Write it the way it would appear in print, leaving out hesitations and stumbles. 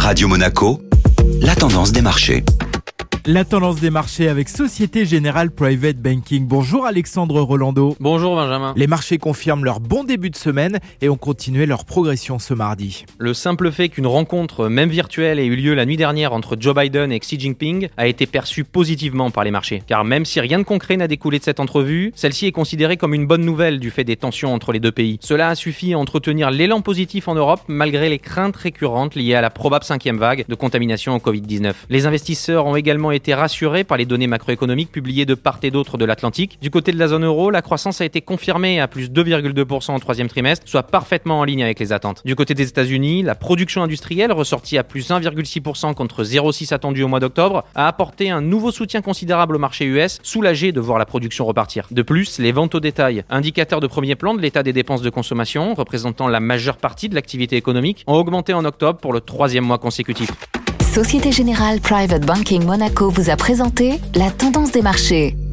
Radio Monaco, la tendance des marchés. La tendance des marchés avec Société Générale Private Banking. Bonjour Alexandre Rolando. Bonjour Benjamin. Les marchés confirment leur bon début de semaine et ont continué leur progression ce mardi. Le simple fait qu'une rencontre, même virtuelle, ait eu lieu la nuit dernière entre Joe Biden et Xi Jinping a été perçu positivement par les marchés. Car même si rien de concret n'a découlé de cette entrevue, celle-ci est considérée comme une bonne nouvelle du fait des tensions entre les deux pays. Cela a suffi à entretenir l'élan positif en Europe malgré les craintes récurrentes liées à la probable 5e vague de contamination au Covid-19. Les investisseurs ont également été rassurés par les données macroéconomiques publiées de part et d'autre de l'Atlantique. Du côté de la zone euro, la croissance a été confirmée à plus 2,2% au troisième trimestre, soit parfaitement en ligne avec les attentes. Du côté des États-Unis, la production industrielle, ressortie à plus 1,6% contre 0,6% attendu au mois d'octobre, a apporté un nouveau soutien considérable au marché US, soulagé de voir la production repartir. De plus, les ventes au détail, indicateurs de premier plan de l'état des dépenses de consommation, représentant la majeure partie de l'activité économique, ont augmenté en octobre pour le 3e mois consécutif. Société Générale Private Banking Monaco vous a présenté la tendance des marchés.